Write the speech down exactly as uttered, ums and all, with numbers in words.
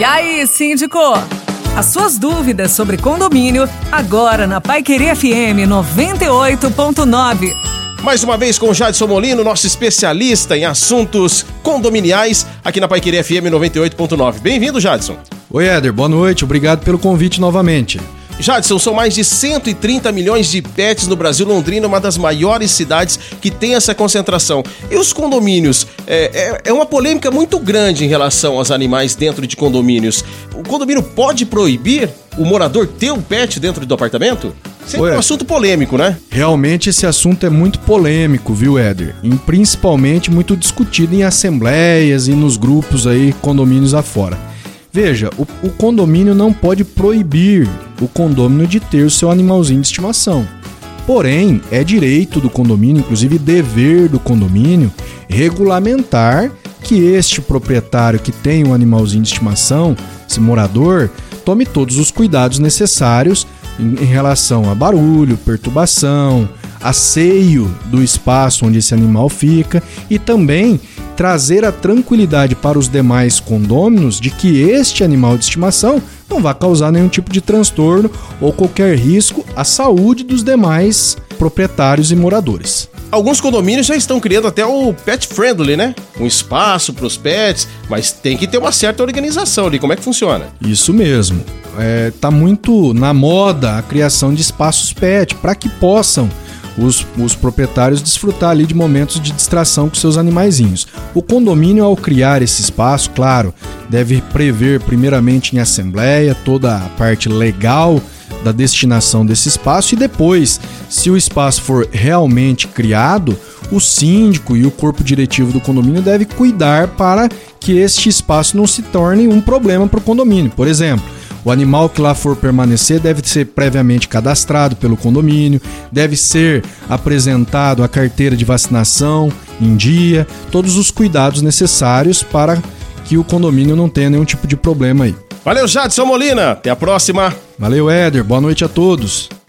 E aí, síndico? As suas dúvidas sobre condomínio, agora na Paiquerê F M noventa e oito ponto nove. Mais uma vez com o Jadson Molino, nosso especialista em assuntos condominiais, aqui na Paiquerê F M noventa e oito ponto nove. Bem-vindo, Jadson. Oi, Éder. Boa noite. Obrigado pelo convite novamente. Jadson, são mais de cento e trinta milhões de pets no Brasil. Londrina é uma das maiores cidades que tem essa concentração. E os condomínios? É, é, é uma polêmica muito grande em relação aos animais dentro de condomínios. O condomínio pode proibir o morador ter um pet dentro do apartamento? Sempre Ué, um assunto polêmico, né? Realmente esse assunto é muito polêmico, viu, Éder? E principalmente muito discutido em assembleias e nos grupos aí, condomínios afora. Veja, o, o condomínio não pode proibir o condômino de ter o seu animalzinho de estimação. Porém, é direito do condomínio, inclusive dever do condomínio, regulamentar que este proprietário que tem um animalzinho de estimação, esse morador, tome todos os cuidados necessários em, em relação a barulho, perturbação, asseio do espaço onde esse animal fica e também trazer a tranquilidade para os demais condôminos de que este animal de estimação não vai causar nenhum tipo de transtorno ou qualquer risco à saúde dos demais proprietários e moradores. Alguns condomínios já estão criando até o pet friendly, né? Um espaço para os pets, mas tem que ter uma certa organização ali. Como é que funciona? Isso mesmo. É, tá muito na moda a criação de espaços pet para que possam Os, os proprietários desfrutar ali de momentos de distração com seus animaizinhos. O condomínio, ao criar esse espaço, claro, deve prever primeiramente em assembleia toda a parte legal da destinação desse espaço e depois, se o espaço for realmente criado, o síndico e o corpo diretivo do condomínio deve cuidar para que este espaço não se torne um problema para o condomínio. Por exemplo, o animal que lá for permanecer deve ser previamente cadastrado pelo condomínio, deve ser apresentado a carteira de vacinação em dia, todos os cuidados necessários para que o condomínio não tenha nenhum tipo de problema aí. Valeu, Jadson Molina. Até a próxima. Valeu, Éder. Boa noite a todos.